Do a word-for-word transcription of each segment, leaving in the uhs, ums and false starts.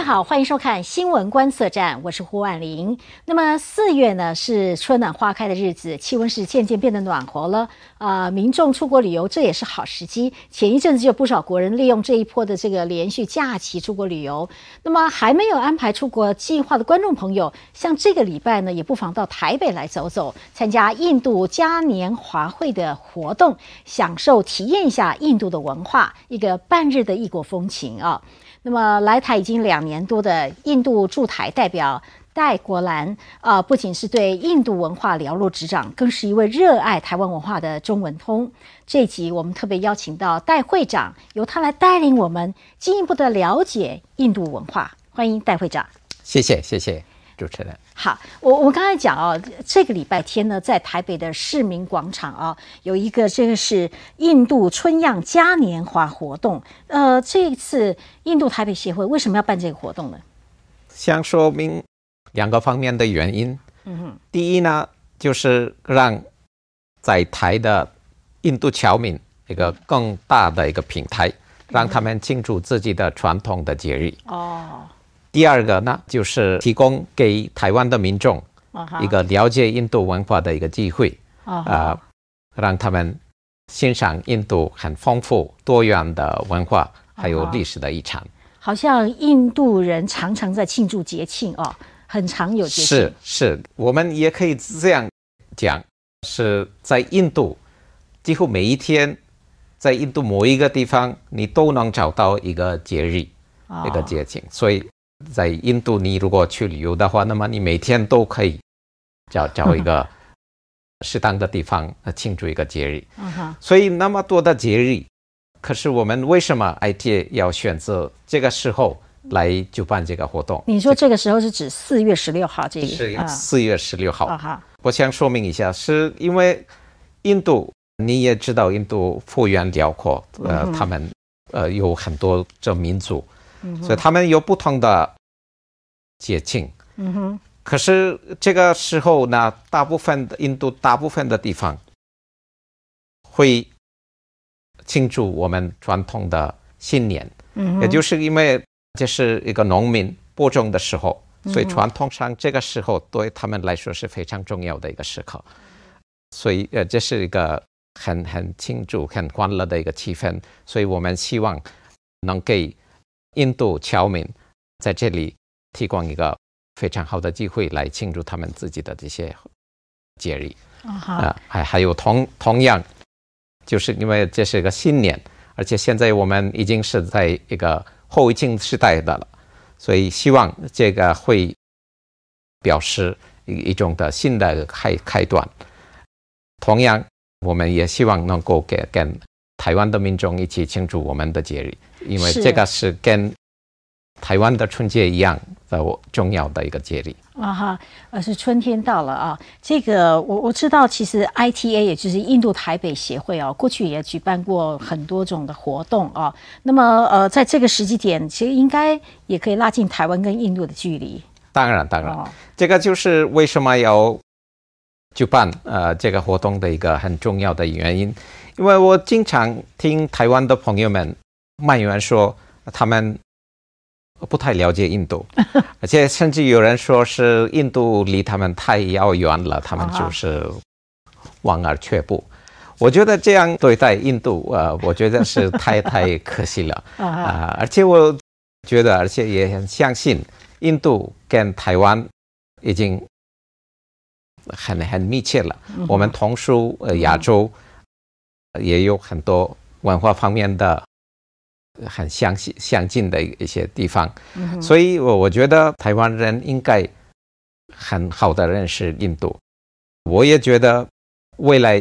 好，欢迎收看新闻观测站，我是胡婉玲。那么四月呢是春暖花开的日子，气温是渐渐变得暖和了，呃，民众出国旅游这也是好时机。前一阵子有不少国人利用这一波的这个连续假期出国旅游。那么还没有安排出国计划的观众朋友，像这个礼拜呢，也不妨到台北来走走，参加印度嘉年华会的活动，享受体验一下印度的文化，一个半日的异国风情啊。那么来台已经两年多的印度驻台代表戴国兰，呃，不仅是对印度文化了若指掌，更是一位热爱台湾文化的中文通。这一集我们特别邀请到戴会长，由他来带领我们进一步的了解印度文化。欢迎戴会长。 谢谢，谢谢主持人。 好，我我刚才讲哦，这个礼拜天呢，在台北的市民广场啊，有一个这个是印度春样嘉年华活动。呃，这一次印度台北协会为什么要办这个活动呢？ 想说明两个方面的原因。嗯哼，第一呢，就是让在台的印度侨民一个更大的一个平台，让他们庆祝自己的传统的节日。哦。第二个呢，就是提供给台湾的民众一个了解印度文化的一个机会，啊、uh-huh. 呃，让他们欣赏印度很丰富多元的文化，还有历史的遗产。Uh-huh. 好像印度人常常在庆祝节庆哦，很常有节庆。 是是，我们也可以这样讲，是在印度，几乎每一天，在印度某一个地方，你都能找到一个节日， uh-huh. 一个节庆，所以。在印度，你如果去旅游的话，那么你每天都可以找找一个适当的地方庆祝一个节日。Uh-huh. 所以那么多的节日，可是我们为什么 I T A 要选择这个时候来举办这个活动？ 你说这个时候是指四月十六号这个？ 是四月十六号。 Uh-huh. 我想说明一下，是因为印度你也知道，印度幅员辽阔，呃， uh-huh. 他们呃有很多这民族。所以他们有不同的节庆，嗯哼。可是这个时候呢，大部分的印度大部分的地方会庆祝我们传统的新年，嗯，也就是因为这是一个农民播种的时候，所以传统上这个时候对他们来说是非常重要的一个时刻，所以呃，这是一个很很庆祝、很欢乐的一个气氛，所以我们希望能给印度侨民在这里提供一个非常好的机会来庆祝他们自己的这些节日。啊、uh-huh. 呃，还还有同同样，就是因为这是一个新年，而且现在我们已经是在一个后疫情时代的了，所以希望这个会表示一一种的新的开开端。同样，我们也希望能够给跟台湾的民众一起庆祝我们的节日。因为这个是跟台湾的春节一样的重要的一个节日啊哈，而是春天到了啊。这个我我知道，其实 I T A 也就是印度台北协会啊，过去也举办过很多种的活动啊。那么呃，在这个时机点，其实应该也可以拉近台湾跟印度的距离。 当然，当然，哦、这个就是为什么要举办呃这个活动的一个很重要的原因。因为我经常听台湾的朋友们。埋怨说他们不太了解印度，而且甚至有人说是印度离他们太遥远了，他们就是望而却步。我觉得这样对待印度，呃，我觉得是太太可惜了啊、呃！而且我觉得，而且也很相信，印度跟台湾已经很很密切了。嗯、我们同属呃亚洲，嗯、也有很多文化方面的。很相相近的一些地方，嗯、所以我我觉得台湾人应该很好的认识印度。我也觉得未来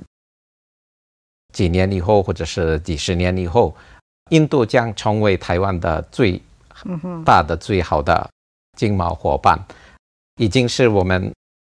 几年以后，或者是几十年以后，印度将成为台湾的最大的、最好的经贸伙伴，已经是我们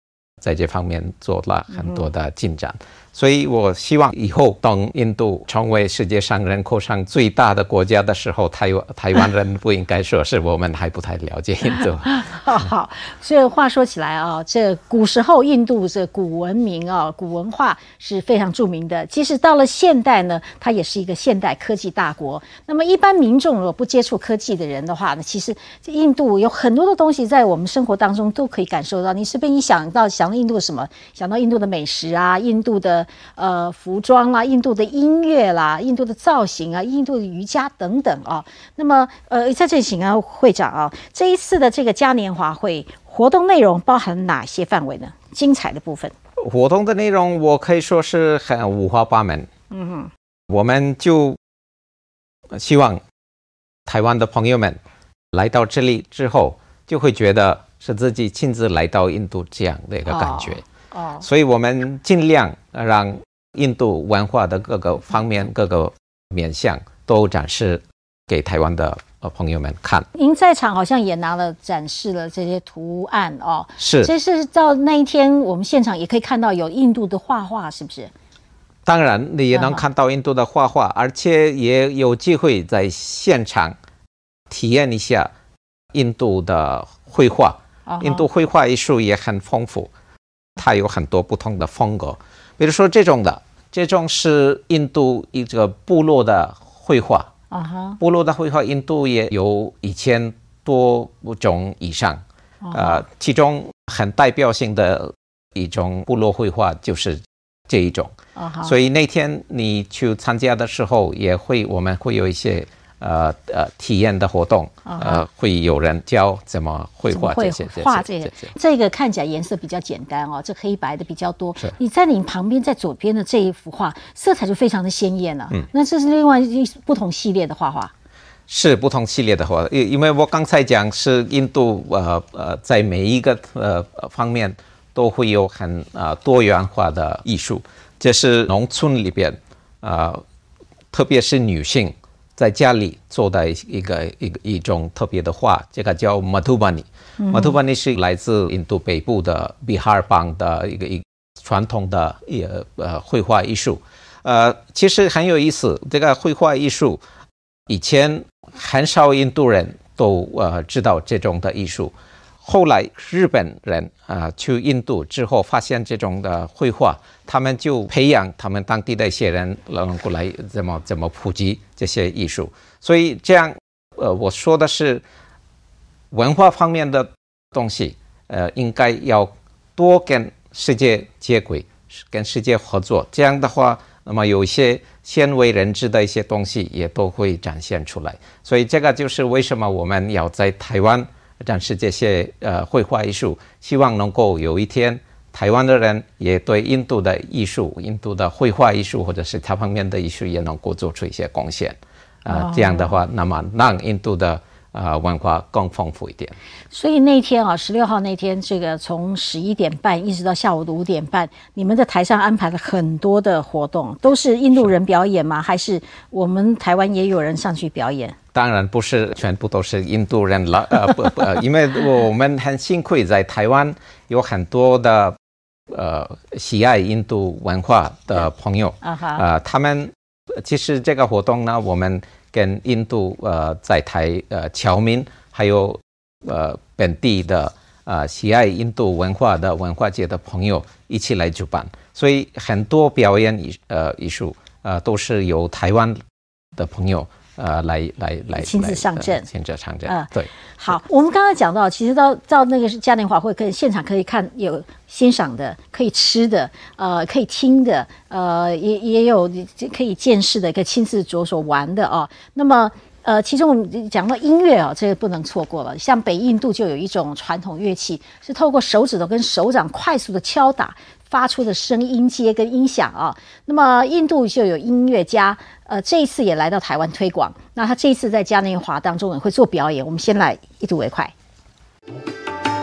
在这方面做了很多的进展。嗯，所以我希望以后当印度成为世界上人口上最大的国家的时候，台湾台湾人不应该说是我们还不太了解印度。 好好，所以话说起来啊，这古时候印度这古文明啊、古文化是非常著名的。即使到了现代呢，它也是一个现代科技大国。那么一般民众如果不接触科技的人的话呢，其实印度有很多的东西在我们生活当中都可以感受到。你随便一想到想到印度什么，想到印度的美食啊，印度的呃服装啦，印度的音乐啦，印度的造型啊，印度的瑜伽等等啊。那么呃，在这里请啊会长啊，这一次的这个嘉年华会活动内容包含哪些范围呢？精彩的部分。 活动的内容我可以说是很五花八门。嗯哼，我们就希望台湾的朋友们来到这里之后，就会觉得是自己亲自来到印度这样的一个感觉。哦，哦，所以我们尽量让印度文化的各个方面、各个面向都展示给台湾的朋友们看。 您在场好像也拿了展示了这些图案哦， 是， 这是到那一天我们现场也可以看到有印度的画画，是不是？ 当然，你也能看到印度的画画，而且也有机会在现场体验一下印度的绘画。印度绘画艺术也很丰富，它有很多不同的风格。比如说这种的，这种是印度一个部落的绘画。Uh-huh. 部落的绘画，印度也有一千多种以上。Uh-huh. 呃，其中很代表性的一种部落绘画就是这一种。Uh-huh. 所以那天你去参加的时候，也会我们会有一些呃呃体验的活动。Uh-huh. 呃，会有人教怎么绘画这些画这些。这个看起来颜色比较简单哦，这黑白的比较多。你在你旁边，在左边的这一幅画，色彩就非常的鲜艳了。嗯，那这是另外一不同系列的画画。 是不同系列的画，因为我刚才讲是印度呃呃在每一个呃方面都会有很呃多元化的艺术。这是农村里边呃，特别是女性在家里做的一个一个一种特别的画，这个叫 Madhubani。Madhubani 是来自印度北部的比哈尔邦的一个一个传统的呃绘画艺术。呃，其实很有意思，这个绘画艺术以前很少印度人都呃知道这种的艺术。后来日本人啊、呃、去印度之后，发现这种的绘画，他们就培养他们当地的一些人能够来怎么怎么普及这些艺术。所以这样，呃，我说的是文化方面的东西，呃，应该要多跟世界接轨，跟世界合作。这样的话，那么有一些鲜为人知的一些东西也都会展现出来。所以这个就是为什么我们要在台湾展示这些呃绘画艺术，希望能够有一天台湾的人也对印度的艺术、印度的绘画艺术或者是他方面的艺术也能够做出一些贡献。啊、呃，这样的话，那么让印度的呃文化更丰富一点。 所以那天啊，十六号那天，这个从十一点半一直到下午的五点半，你们在台上安排了很多的活动，都是印度人表演吗？还是我们台湾也有人上去表演？ 当然不是全部都是印度人了，呃不不，因为我们很幸亏在台湾有很多的呃喜爱印度文化的朋友，啊哈，呃他们其实这个活动呢，我们跟印度呃在台呃侨民还有呃本地的呃喜爱印度文化的文化界的朋友一起来主办，所以很多表演艺呃艺术呃都是由台湾的朋友。呃，来来来， 亲自上阵， 呃、亲自上阵。嗯，对。 好，我们刚刚讲到，其实到到那个嘉年华会，可以现场可以看有欣赏的，可以吃的，呃，可以听的，呃，也也有可以见识的，可以亲自着手玩的哦。那么。呃，其中我们讲到音乐哦，这个不能错过了。像北印度就有一种传统乐器，是透过手指头跟手掌快速的敲打发出的声音阶跟音响啊。那么印度就有音乐家，呃，这一次也来到台湾推广。那他这一次在嘉年华当中也会做表演。我们先来一睹为快。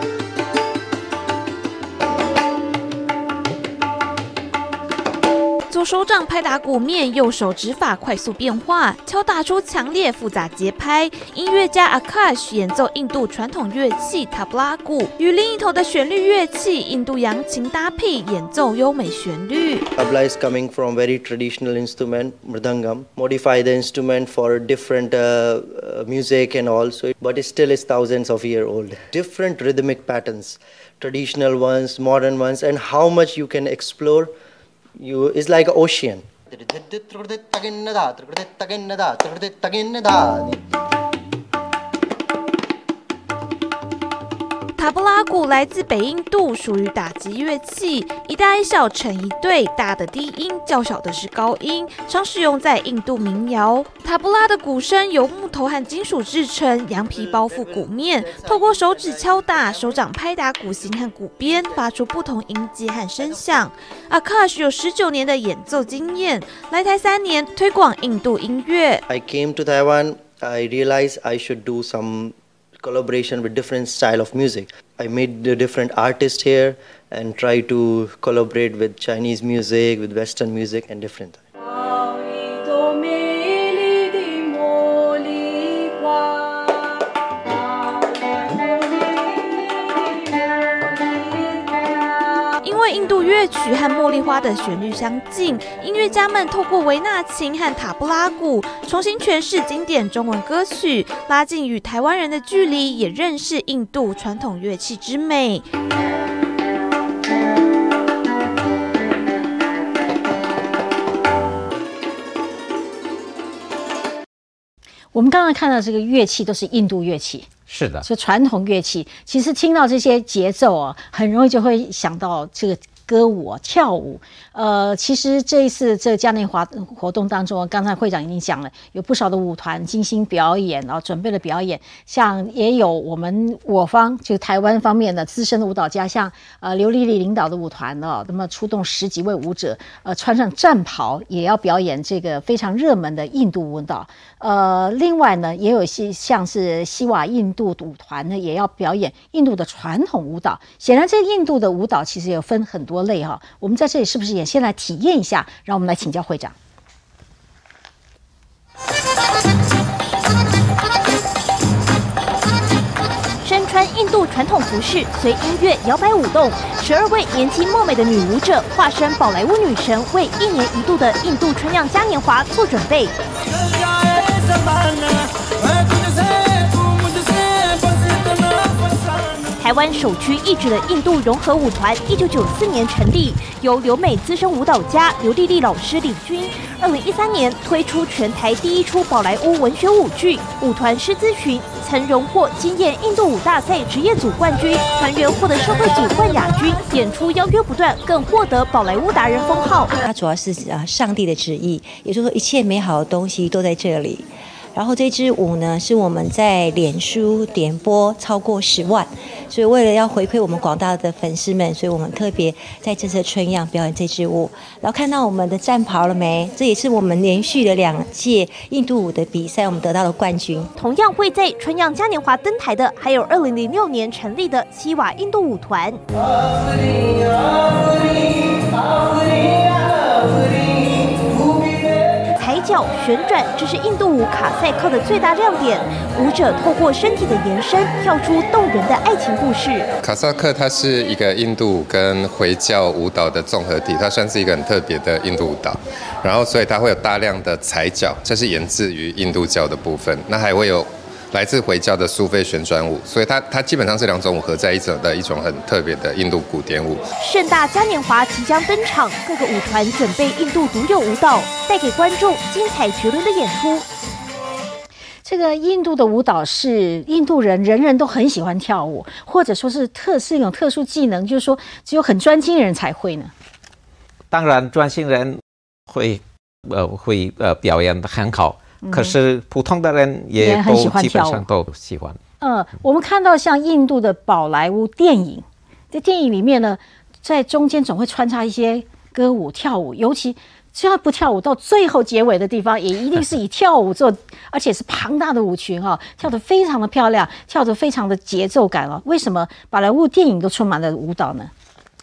做左手掌拍打鼓面，右手指法快速变化，敲打出强烈复杂节拍。音乐家 Akash 演奏印度传统乐器塔布拉鼓，与另一头的旋律乐器印度扬琴搭配，演奏优美旋律。 Tabla is coming from very traditional instrument, mridangam. Modify the instrument for different uh, uh, music and all. So, but it still is thousands of year old. Different rhythmic patterns, traditional ones, modern ones, and how much you can explore. You is like an ocean. 塔布拉鼓来自北印度，属于打击乐器，一大一小成一对，大的低音，较小的是高音，常使用在印度民谣。塔布拉的鼓身由木头和金属制成，羊皮包覆鼓面，透过手指敲打，手掌拍打鼓形和鼓边，发出不同音阶和声响。Akash 有十九年的演奏经验，来台三年，推广印度音乐。 I came to Taiwan. I realized I should do some collaboration with different style of music. I made the different artists here and try to collaborate with Chinese music, with Western music and different. 因为印度乐曲和茉莉花的旋律相近，音乐家们透过维纳琴和塔布拉鼓重新诠释经典中文歌曲，拉近与台湾人的距离，也认识印度传统乐器之美。 我们刚刚看到这个乐器都是印度乐器， 是的， 是传统乐器。其实听到这些节奏啊，很容易就会想到这个歌舞啊、跳舞。呃，其实这一次这个嘉年华活动当中，刚才会长已经讲了，有不少的舞团精心表演，然后准备了表演，像也有我们我方就是台湾方面的资深的舞蹈家，像呃刘丽丽领导的舞团哦，那么出动十几位舞者，呃穿上战袍也要表演这个非常热门的印度舞蹈。呃，另外呢，也有些像是西瓦印度舞团呢，也要表演印度的传统舞蹈。显然，这个印度的舞蹈其实有分很多类哈。我们在这里是不是也先来体验一下？让我们来请教会长。 身穿印度传统服饰，随音乐摇摆舞动。十二位年轻貌美的女舞者化身宝莱坞女神，为一年一度的印度春酿嘉年华做准备。台湾首屈一指的印度融合舞团，一九九四年成立，由留美资深舞蹈家刘丽丽老师领军。二零一三年推出全台第一出宝莱坞文学舞剧，舞团师咨询曾荣获惊艳印度舞大赛职业组冠军，团员获得社会组冠亚军，演出邀约不断，更获得宝莱坞达人封号。 它主要是啊上帝的旨意，也就是说一切美好的东西都在这里。然后这支舞呢，是我们在脸书点播超过十万，所以为了要回馈我们广大的粉丝们，所以我们特别在这次春酿表演这支舞。然后看到我们的战袍了没？这也是我们连续的两届印度舞的比赛，我们得到了冠军。 同样会在春酿嘉年华登台的，还有二零零六年成立的西瓦印度舞团。抬脚旋转，这是印度舞卡赛克的最大亮点。舞者透过身体的延伸，跳出动人的爱情故事。 卡萨克它是一个印度舞跟回教舞蹈的综合体，它算是一个很特别的印度舞蹈。然后，所以它会有大量的踩脚，这是源自于印度教的部分。那还会有来自回教的苏菲旋转舞，所以它它基本上是两种舞合在一起的一种很特别的印度古典舞。 盛大嘉年华即将登场，各个舞团准备印度独有舞蹈，带给观众精彩绝伦的演出。 这个印度的舞蹈是印度人人人都很喜欢跳舞，或者说是特是一种特殊技能，就是说只有很专精的人才会呢。 当然，专心人会呃会呃表演得很好。可是普通的人也都基本上都喜欢。 嗯，我们看到像印度的宝莱坞电影，在电影里面呢，在中间总会穿插一些歌舞跳舞，尤其只要不跳舞，到最后结尾的地方也一定是以跳舞做，而且是庞大的舞群哈、哦，跳得非常的漂亮，跳得非常的节奏感哦。为什么宝莱坞电影都充满了舞蹈呢？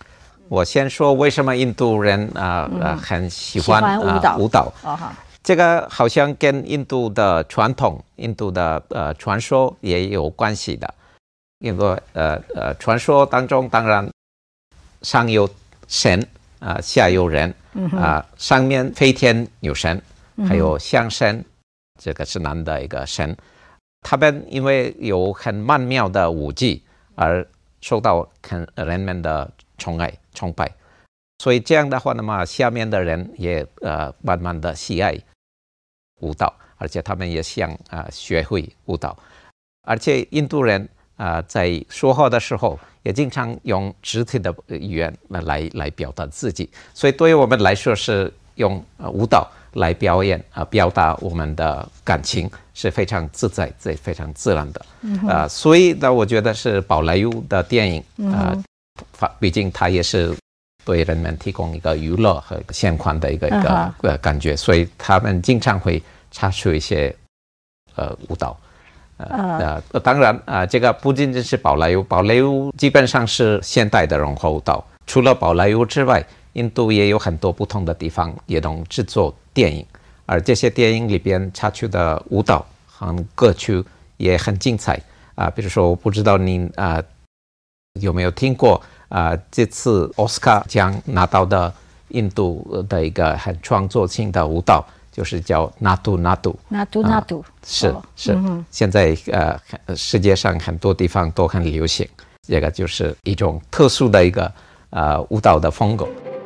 我先说为什么印度人啊、呃呃、很喜欢喜欢舞蹈、 呃、舞蹈。 哦这个好像跟印度的传统、印度的呃传说也有关系的。因为呃呃传说当中，当然上有神啊、呃，下有人啊、呃，上面飞天有神，还有象神，这个是男的一个神。他们因为有很曼妙的舞技而受到很人们的宠爱崇拜，所以这样的话呢嘛，下面的人也呃慢慢的喜爱舞蹈，而且他们也想啊、呃、学会舞蹈，而且印度人啊、呃、在说话的时候也经常用肢体的语言来来表达自己，所以对于我们来说是用、呃、舞蹈来表演啊、呃、表达我们的感情是非常自在、非常自然的。嗯、呃，所以呢，我觉得是宝莱坞的电影啊、呃，毕竟它也是对人们提供一个娱乐和现况的一个、uh-huh. 一个呃感觉，所以他们经常会插出一些呃舞蹈。呃、uh-huh. 呃，当然啊、呃，这个不仅仅是宝莱坞，宝莱坞基本上是现代的融合舞蹈。除了宝莱坞之外，印度也有很多不同的地方也能制作电影，而这些电影里边插出的舞蹈和歌曲也很精彩啊、呃。比如说，我不知道您啊、呃、有没有听过。啊、呃，这次奥斯卡奖拿到的印度的一个很创作性的舞蹈，就是叫 Natu Natu。Natu Natu、呃、 是、哦、是、嗯，现在呃世界上很多地方都很流行，这个就是一种特殊的一个呃舞蹈的风格。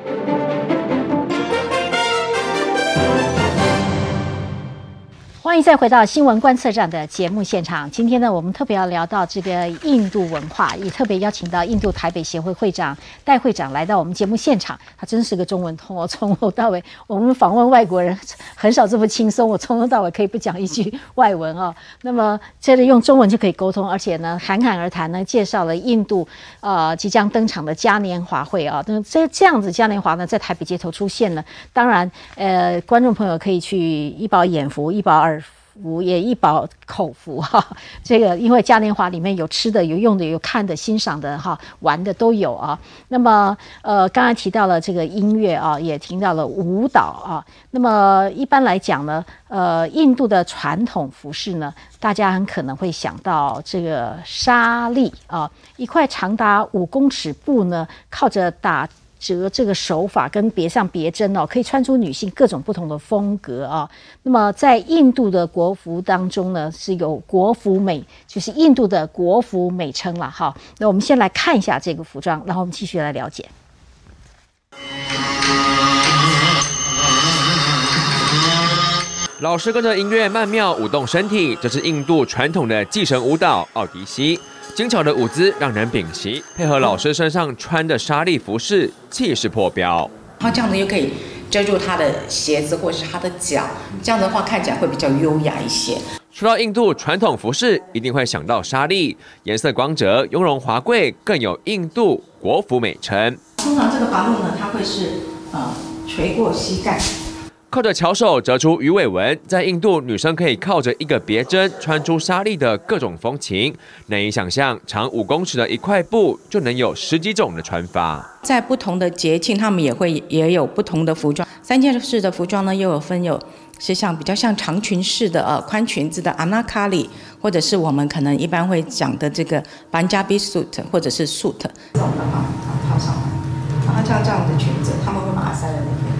欢迎再回到新闻观测站的节目现场。今天呢，我们特别要聊到这个印度文化，也特别邀请到印度台北协会会长戴会长来到我们节目现场。他真是个中文通哦，从头到尾，我们访问外国人很少这么轻松。我从头到尾可以不讲一句外文哦。那么这里用中文就可以沟通，而且呢，侃侃而谈呢，介绍了印度呃即将登场的嘉年华会啊。那这这样子嘉年华呢，在台北街头出现呢，当然呃，观众朋友可以去一饱眼福，一饱耳福，也一饱口福哈。这个因为嘉年华里面有吃的、有用的、有看的、欣赏的哈、玩的都有啊。那么呃，刚才提到了这个音乐啊，也提到了舞蹈啊。那么一般来讲呢，呃，印度的传统服饰呢，大家很可能会想到这个纱丽啊，一块长达五公尺布呢，靠着打折这个手法跟别上别针哦，可以穿出女性各种不同的风格啊。那么在印度的国服当中呢，是有国服美，就是印度的国服美称了哈。那我们先来看一下这个服装，然后我们继续来了解。 老师跟着音乐曼妙舞动身体，这是印度传统的祭神舞蹈奥迪西。精巧的舞姿让人屏息，配合老师身上穿的纱丽服饰，气势破表。 然后这样子又可以遮住他的鞋子或是他的脚，这样的话看起来会比较优雅一些。 说到印度传统服饰，一定会想到纱丽，颜色光泽、雍容华贵，更有印度国服美称。 通常这个法路呢，它会是呃垂过膝盖。 靠着巧手折出鱼尾纹，在印度女生可以靠着一个别针穿出纱丽的各种风情。难以想象，长五公尺的一块布就能有十几种的穿法。 在不同的节庆，他们也会也有不同的服装。三件式的服装呢，又有分有是像比较像长裙式的呃宽裙子的 anarkali， 或者是我们可能一般会讲的这个 Punjabi suit 或者是 suit。这种的话，套上来，然后像这样的裙子，他们会把它塞在那边。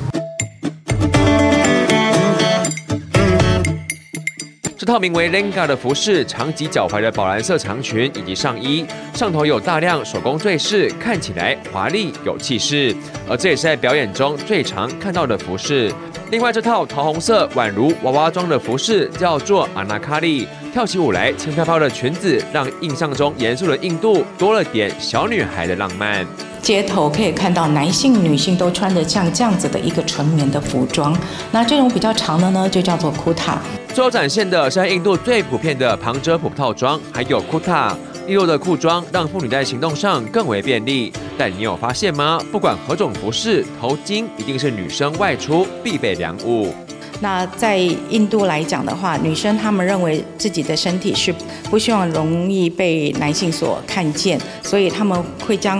这套名为 Lenga 的服饰，长及脚踝的宝蓝色长裙以及上衣，上头有大量手工坠饰，看起来华丽有气势。而这也是在表演中最常看到的服饰。另外，这套桃红色宛如娃娃装的服饰叫做 Anarkali， 跳起舞来轻飘飘的裙子，让印象中严肃的印度多了点小女孩的浪漫。 街头可以看到男性、女性都穿着像这样子的一个纯棉的服装。那这种比较长的呢，就叫做 Kurta。 最后展现的是在印度最普遍的旁遮普套装，还有 Kurta。利落的裤装让妇女在行动上更为便利。但你有发现吗？不管何种服饰，头巾一定是女生外出必备良物。 那在印度来讲的话，女生她们认为自己的身体是不希望容易被男性所看见，所以他们会将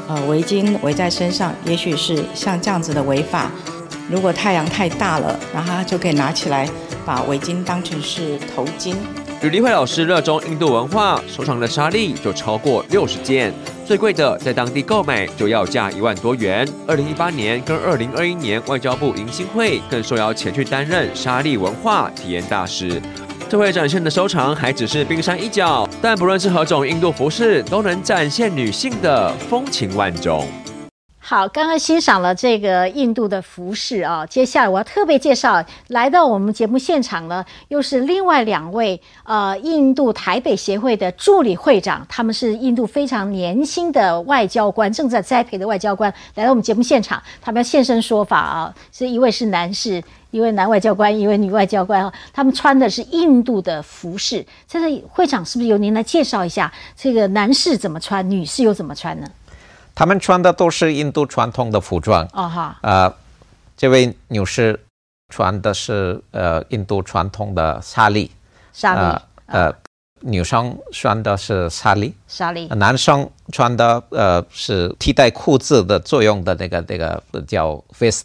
呃围巾围在身上，也许是像这样子的围法。如果太阳太大了，然后他就可以拿起来，把围巾当成是头巾。 吕丽慧老师热衷印度文化，收藏的纱丽就超过六十件，最贵的在当地购买就要价一万多元。二零一八年跟二零二一年，外交部迎新会更受邀前去担任纱丽文化体验大使。这回展现的收藏还只是冰山一角，但不论是何种印度服饰，都能展现女性的风情万种。 好，刚刚欣赏了这个印度的服饰啊，接下来我要特别介绍，来到我们节目现场呢，又是另外两位呃印度台北协会的助理会长，他们是印度非常年轻的外交官，正在栽培的外交官，来到我们节目现场，他们要现身说法啊，是一位是男士，一位男外交官，一位女外交官，他们穿的是印度的服饰。这个会长是不是由您来介绍一下，这个男士怎么穿，女士又怎么穿呢？ 他们穿的都是印度传统的服装。 哦哈， 呃，这位女士穿的是呃印度传统的纱丽， 纱丽， 呃，呃女生穿的是纱丽， 纱丽， 男生穿的呃是替代裤子的作用的那个那个叫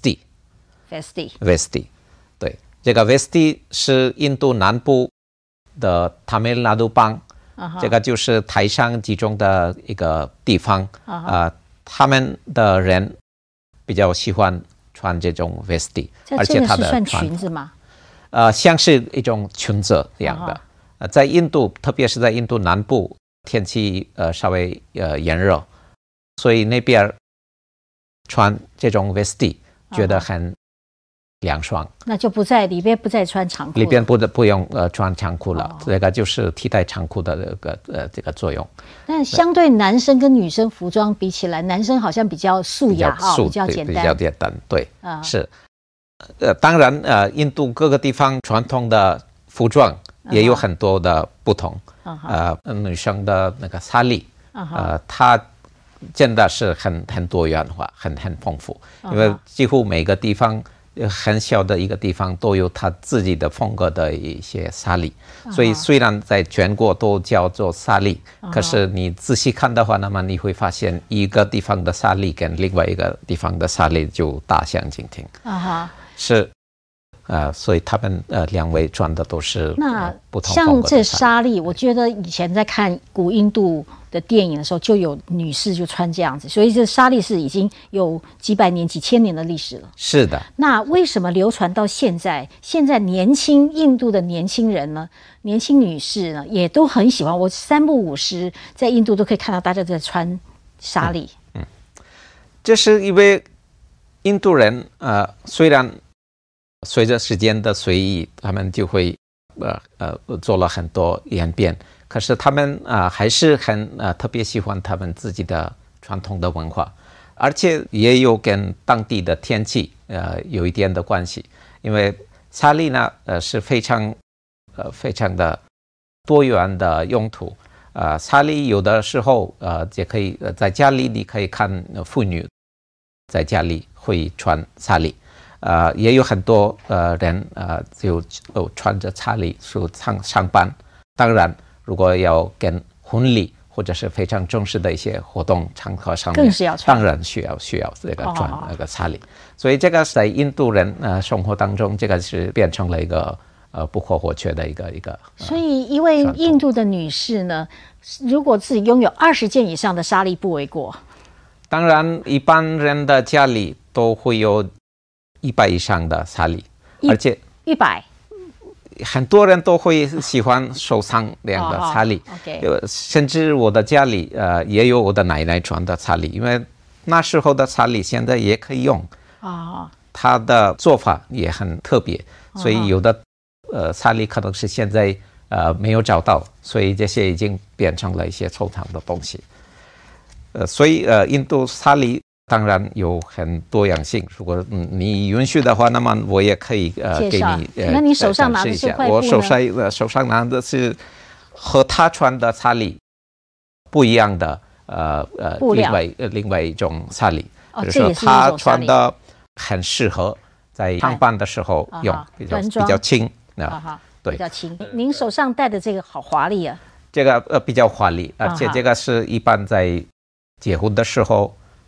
vesti，vesti， vesti， 对，这个 vesti 是印度南部的塔米尔纳杜邦。Uh-huh. 这个就是台商集中的一个地方， uh-huh. 呃，他们的人比较喜欢穿这种 vesti， 而且它的这个是算裙子吗？ 呃，像是一种裙子这样的。Uh-huh. 呃，在印度，特别是在印度南部，天气呃稍微呃炎热，所以那边穿这种 vesti 觉得很凉爽， uh-huh. 那就不在里边不再穿长裤， 里边不不用呃穿长裤了， oh. 这个就是替代长裤的这个呃这个作用。 但相对男生跟女生服装比起来，男生好像比较素雅哈，比较简单， 比较简单，对，uh-huh. 是。呃，当然呃，印度各个地方传统的服装也有很多的不同。Uh-huh. 呃，女生的那个纱丽， uh-huh. 呃，它真的是很很多元化，很很丰富， uh-huh. 因为几乎每个地方。很小的一个地方都有它自己的风格的一些纱丽， uh-huh. 所以虽然在全国都叫做纱丽， uh-huh. 可是你仔细看的话，那么你会发现一个地方的纱丽跟另外一个地方的纱丽就大相径庭。 Uh-huh. 是，呃，所以他们呃两位穿的都是那、 呃、不同风格的像这纱丽，我觉得以前在看古印度的电影的时候，就有女士就穿这样子，所以这纱丽是已经有几百年、几千年的历史了。 是的。 那为什么流传到现在？现在年轻印度的年轻人呢，年轻女士呢，也都很喜欢。我三不五时在印度都可以看到大家在穿纱丽。 嗯，嗯这是因为印度人呃，虽然随着时间的推移，他们就会呃呃做了很多演变。可是他们啊、呃、还是很呃特别喜欢他们自己的传统的文化，而且也有跟当地的天气呃有一点的关系。因为纱丽呢呃是非常呃非常的多元的用途。呃纱丽有的时候呃也可以、呃、在家里你可以看妇女在家里会穿纱丽，呃也有很多呃人呃就、哦、穿着纱丽去上上班。当然。如果要跟婚礼或者是非常正式的一些活动场合上面，当然需要需要这个穿那个纱丽。哦、所以这个在印度人呃生活当中，这个是变成了一个呃不可或缺的一个一个。 呃、所以一位印度的女士呢，如果自己拥有二十件以上的纱丽不为过。 当然，一般人的家里都会有一百以上的纱丽，而且一百。 很多人都会喜欢收藏这样的纱丽， oh, okay. 甚至我的家里呃也有我的奶奶穿的纱丽，因为那时候的纱丽现在也可以用， oh. 它的做法也很特别，所以有的呃纱丽可能是现在呃没有找到，所以这些已经变成了一些收藏的东西。呃，所以呃印度纱丽。当然有很多样性，如果、嗯、你允许的话，那么我也可以呃给你呃那你手上拿的是块布呢？ 我手上呃手上拿的是和他穿的纱丽不一样的呃呃另外呃另外一种纱丽， 哦、 就是说他穿的很适合在上班的时候用， 哎、 比较比较轻啊，对，比较轻。您手上戴的这个好华丽啊！ 这个呃比较华丽，而且这个是一般在结婚的时候。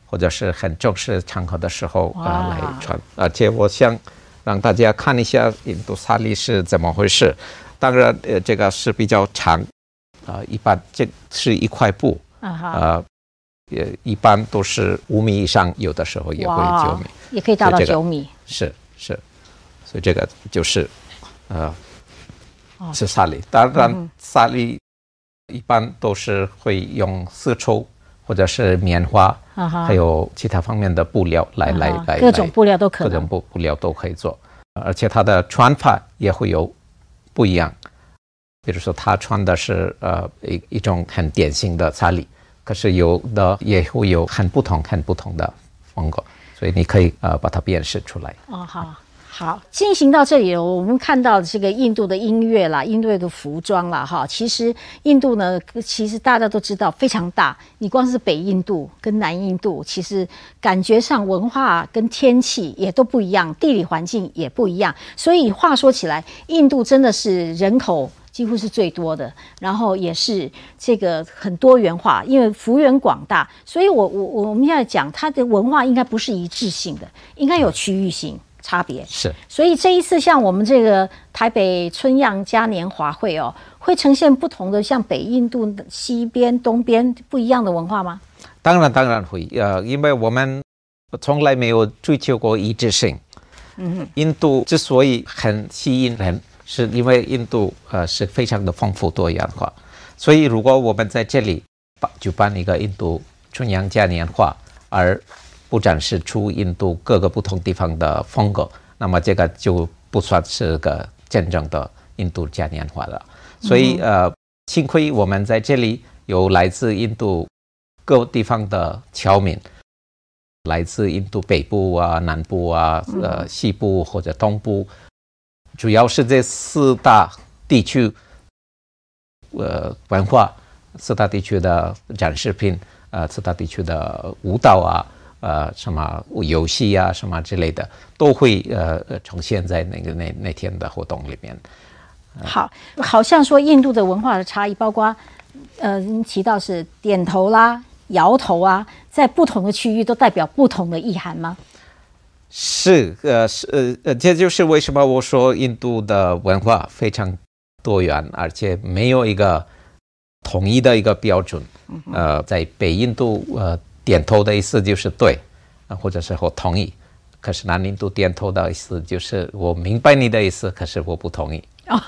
或者是很正式场合的时候呃来穿。而且我想让大家看一下印度萨利是怎么回事。当然，呃，这个是比较长，啊、呃，一般这是一块布，啊、uh-huh. 呃，也一般都是五米以上，有的时候也会九米， 也可以达到九米。 是是，所以这个就是，呃，哦、是萨利。当然，嗯、萨利一般都是会用丝绸或者是棉花， uh-huh. 还有其他方面的布料来、uh-huh. 来来， 各种布料都可以， 各种布布料都可以做，而且它的穿法也会有不一样。比如说，他穿的是呃一一种很典型的萨利，可是有的也会有很不同、很不同的风格，所以你可以呃把它辨识出来。 哦，好，好，进行到这里，我们看到这个印度的音乐啦，印度的服装啦，哈，其实印度呢，其实大家都知道非常大，你光是北印度跟南印度，其实感觉上文化跟天气也都不一样，地理环境也不一样，所以话说起来，印度真的是人口几乎是最多的，然后也是这个很多元化，因为幅员广大，所以我我我们现在讲它的文化应该不是一致性的，应该有区域性差别。 是， 所以这一次像我们这个台北春漾嘉年华会哦，会呈现不同的，像北印度西边、东边不一样的文化吗？ 当然当然会，呃，因为我们从来没有追求过一致性。嗯，印度之所以很吸引人，是因为印度呃是非常的丰富多元化，所以如果我们在这里举办一个印度春漾嘉年华，而不展示出印度各个不同地方的风格，那么这个就不算是个真正的印度嘉年华了。所以呃，幸亏我们在这里有来自印度各地方的侨民，来自印度北部啊、南部啊、呃西部或者东部。主要是这四大地区，呃，文化，四大地区的展示品，呃，四大地区的舞蹈啊，呃，什么游戏啊，什么之类的，都会呃呈现在那个那那天的活动里面。 呃、好，好像说印度的文化的差异，包括呃，您提到是点头啦、摇头啊，在不同的区域都代表不同的意涵吗？ 是，呃，是，呃，这就是为什么我说印度的文化非常多元，而且没有一个统一的一个标准。呃，在北印度，呃，点头的意思就是对，呃、或者是我同意；可是南印度点头的意思就是我明白你的意思，可是我不同意。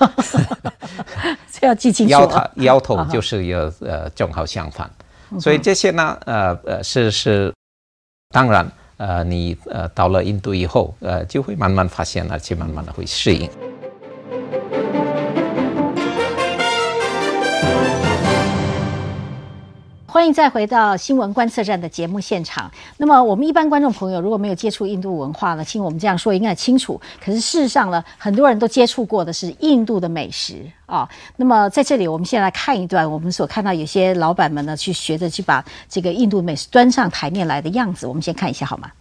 这要记清楚。 摇头，摇头就是有呃正好相反。所以这些呢，呃呃是是，当然。呃，你呃到了印度以后，呃就会慢慢发现，而且慢慢的会适应。 欢迎再回到新闻观测站的节目现场。那么我们一般观众朋友如果没有接触印度文化呢，听我们这样说应该很清楚。可是事实上呢，很多人都接触过的是印度的美食啊。那么在这里，我们先来看一段我们所看到有些老板们呢去学着去把这个印度美食端上台面来的样子。我们先看一下好吗？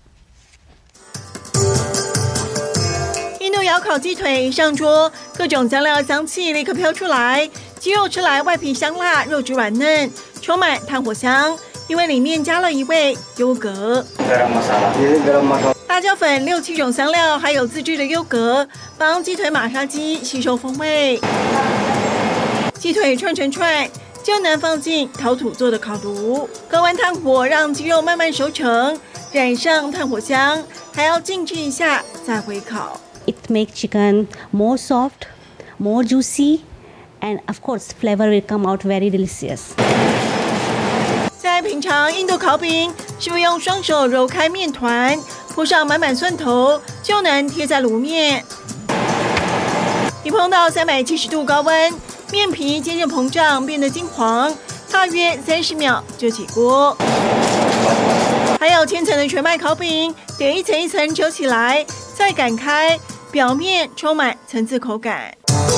印度窑烤鸡腿一上桌，各种香料香气立刻飘出来。鸡肉吃来外皮香辣，肉质软嫩，充满炭火香，因为里面加了一味优格。辣椒粉六七种香料，还有自制的优格，帮鸡腿玛莎鸡吸收风味。鸡腿串成串，就能放进陶土做的烤炉，高温炭火让鸡肉慢慢熟成，染上炭火香，还要静置一下再回烤。 It makes chicken more soft, more juicy.And of course, flavor will come out very delicious. 再品尝印度烤饼，是不是用双手揉开面团，铺上满满蒜头，就能贴在炉面？一碰到三百七十度高温，面皮渐渐膨胀，变得金黄，大约三十秒就起锅。还有千层的全麦烤饼，得一层一层折起来，再擀开，表面充满层次口感。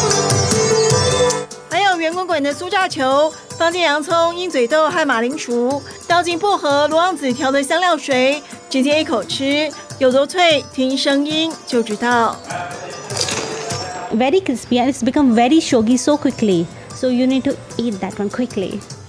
还有圆滚滚的酥炸球，放进洋葱、鹰嘴豆和马铃薯，倒进薄荷、罗望子调的香料水，直接一口吃，有多脆，听声音就知道。 Very crispy and it's become very soggy so quickly, so you need to eat that one quickly.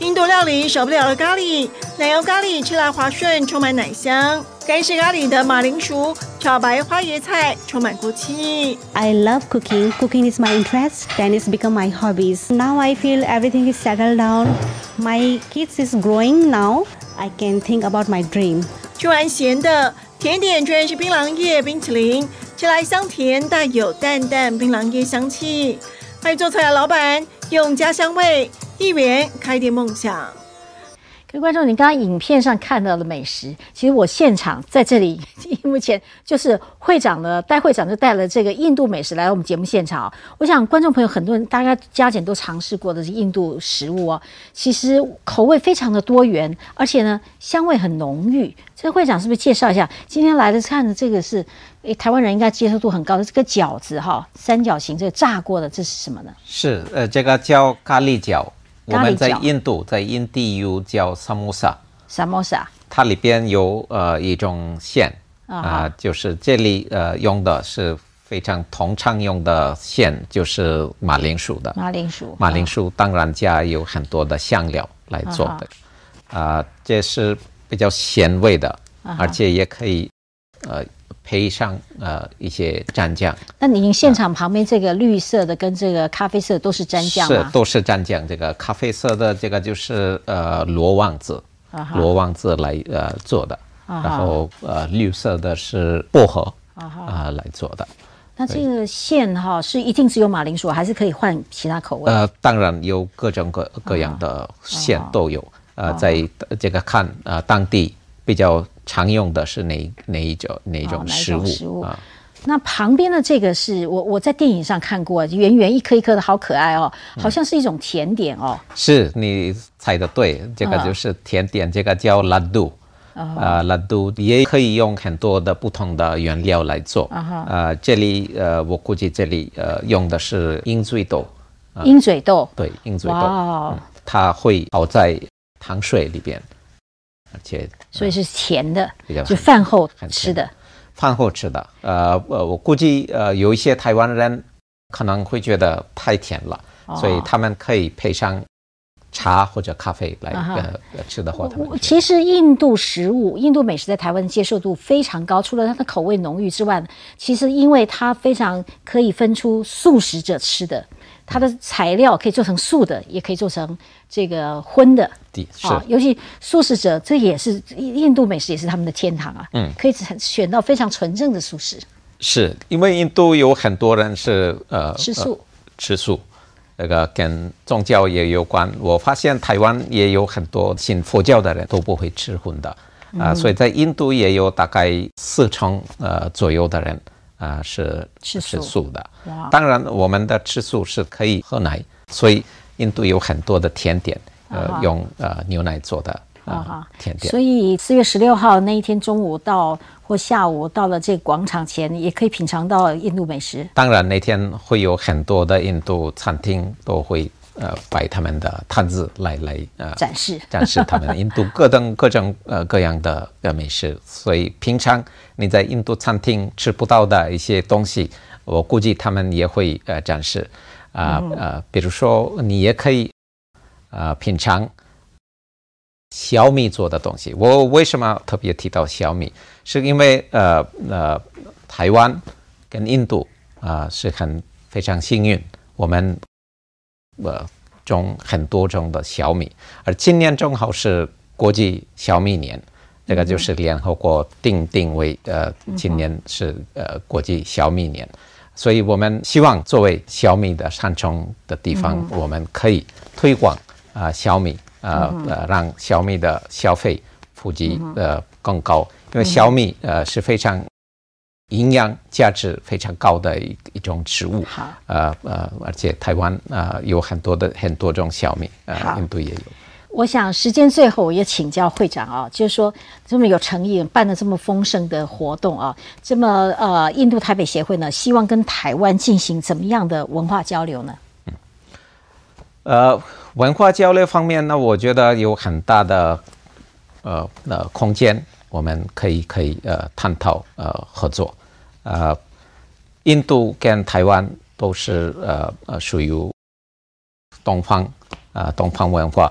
印度料理少不了的咖喱，奶油咖喱吃来滑顺，充满奶香；干式咖喱的马铃薯炒白花椰菜，充满锅气。 I love cooking. Cooking is my interest, then it's become my hobbies. Now I feel everything is settled down. My kids is growing now. I can think about my dream. 吃完咸的，甜点居然是槟榔叶冰淇淋，吃来香甜，带有淡淡槟榔叶香气。爱做菜的老板用家乡味，一元开店梦想。 各位观众，你刚刚影片上看到的美食，其实我现场在这里，目前就是会长呢，戴会长就带了这个印度美食来到我们节目现场。我想观众朋友很多人大概加减都尝试过的是印度食物哦，其实口味非常的多元，而且呢香味很浓郁。这个会长是不是介绍一下？今天来的看的这个是，诶，台湾人应该接受度很高的这个饺子哈，三角形这个炸过的，这是什么呢？ 是呃，这个叫咖喱饺。我们在印度，在印地有叫 samosa，samosa， 它里边有呃一种馅啊、呃，就是这里呃用的是非常通常用的馅，就是马铃薯的。 马铃薯， 马铃薯当然加有很多的香料来做的，啊、呃，这是比较咸味的，而且也可以呃。配上呃一些蘸酱。 那您现场旁边这个绿色的跟这个咖啡色都是蘸酱吗？ 是，都是蘸酱。这个咖啡色的这个就是呃罗望子，罗望子来呃做的，然后呃绿色的是薄荷啊、呃、来做的。 那这个馅哈是一定只有马铃薯，还是可以换其他口味？ 呃，当然有各种各各样的馅都有。呃，在这个看呃当地比较常用的是哪哪一种哪一种食物？哦、 食物啊。那旁边的这个是我我在电影上看过，圆圆一颗一颗的好可爱哦，好像是一种甜点哦。 嗯、是你猜的对，这个就是甜点，嗯、这个叫拉杜。啊、呃，拉杜也可以用很多的不同的原料来做。啊、呃，这里呃，我估计这里呃用的是鹰嘴豆。 呃、鹰嘴豆。 对，鹰嘴豆。哇、嗯，它会泡在糖水里边。而且， 所以是甜的，就饭后吃的。 饭后吃的，呃呃，我估计呃有一些台湾人可能会觉得太甜了，哦、所以他们可以配上茶或者咖啡来、啊、呃吃的话，他们其实印度食物、印度美食在台湾的接受度非常高，除了它的口味浓郁之外，其实因为它非常可以分出素食者吃的。它的材料可以做成素的，也可以做成这个荤的。 是、 哦，尤其素食者，这也是印度美食，也是他们的天堂啊。嗯，可以选到非常纯正的素食。 是因为印度有很多人是呃吃素，呃、 吃素，那个跟宗教也有关。我发现台湾也有很多信佛教的人都不会吃荤的啊、呃嗯，所以在印度也有大概四成呃左右的人。啊、呃，是吃素, 是素的。当然，我们的吃素是可以喝奶，所以印度有很多的甜点，呃，啊、用呃牛奶做的呃、啊、甜点。 所以四月十六号那一天中午到或下午到了这个广场前，也可以品尝到印度美食。 当然，那天会有很多的印度餐厅都会呃摆他们的摊子来来呃展示展示他们印度各种各种呃各样的呃美食。所以平常你在印度餐厅吃不到的一些东西，我估计他们也会呃展示啊 呃, 呃，比如说你也可以呃品尝小米做的东西。我为什么特别提到小米？是因为呃呃台湾跟印度啊、呃、是很非常幸运，我们呃种很多种的小米，而今年正好是国际小米年。这个就是联合国定定为呃，今年是呃国际小米年，所以我们希望作为小米的产生的地方，嗯、我们可以推广啊、呃、小米啊 呃, 呃让小米的消费普及呃更高，因为小米呃是非常营养价值非常高的一一种植物，呃呃，而且台湾啊、呃、有很多的很多种小米，呃印度也有。 我想时间最后我也请教会长啊，就是说这么有诚意办了这么丰盛的活动啊，这么呃印度台北协会呢，希望跟台湾进行怎么样的文化交流呢？ 嗯，呃，文化交流方面呢，我觉得有很大的呃呃空间，我们可以可以呃探讨呃合作。呃，印度跟台湾都是呃呃属于东方啊、呃、东方文化。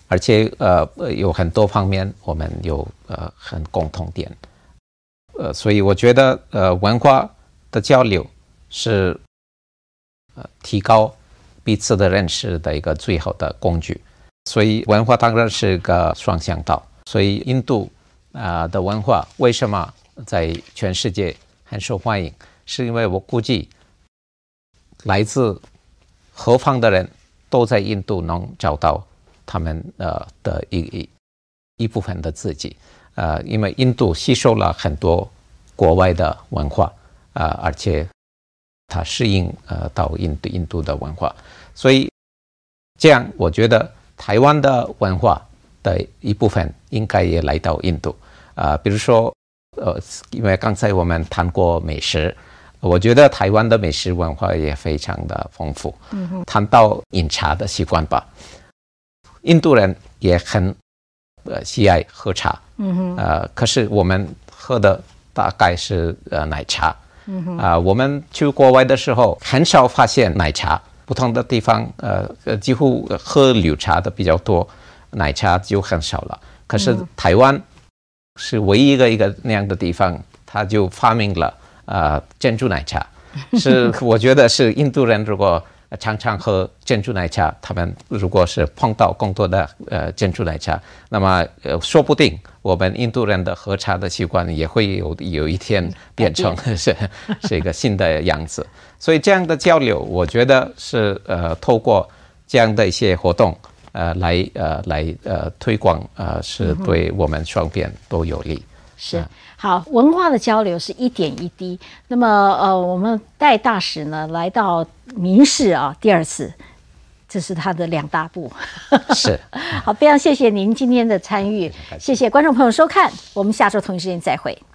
而且呃有很多方面我们有呃很共同点，呃，所以我觉得呃文化的交流是呃提高彼此的认识的一个最好的工具。所以文化当然是个双向道。所以印度啊、呃、的文化为什么在全世界很受欢迎，是因为我估计来自何方的人都在印度能找到他们呃的一一一部分的自己，呃，因为印度吸收了很多国外的文化，呃，而且它适应呃到印度印度的文化，所以这样我觉得台湾的文化的一部分应该也来到印度，啊、呃，比如说呃，因为刚才我们谈过美食。我觉得台湾的美食文化也非常的丰富。嗯、谈到饮茶的习惯吧，印度人也很呃喜爱喝茶。嗯、呃，可是我们喝的大概是呃奶茶。嗯、呃，我们去国外的时候很少发现奶茶，不同的地方呃几乎喝绿茶的比较多，奶茶就很少了。可是台湾是唯一一个一个那样的地方，它就发明了。呃，珍珠奶茶是我觉得是印度人如果常常喝珍珠奶茶，他们如果是碰到更多的呃珍珠奶茶，那么呃说不定我们印度人的喝茶的习惯也会有有一天变成是是一个新的样子。所以这样的交流，我觉得是呃透过这样的一些活动，呃来呃来呃推广呃是对我们双边都有利。 是好，文化的交流是一点一滴。那么，呃，我们戴大使呢来到民视啊，第二次，这是他的两大步。 是好，非常谢谢您今天的参与，谢谢观众朋友收看，我们下周同一时间再会。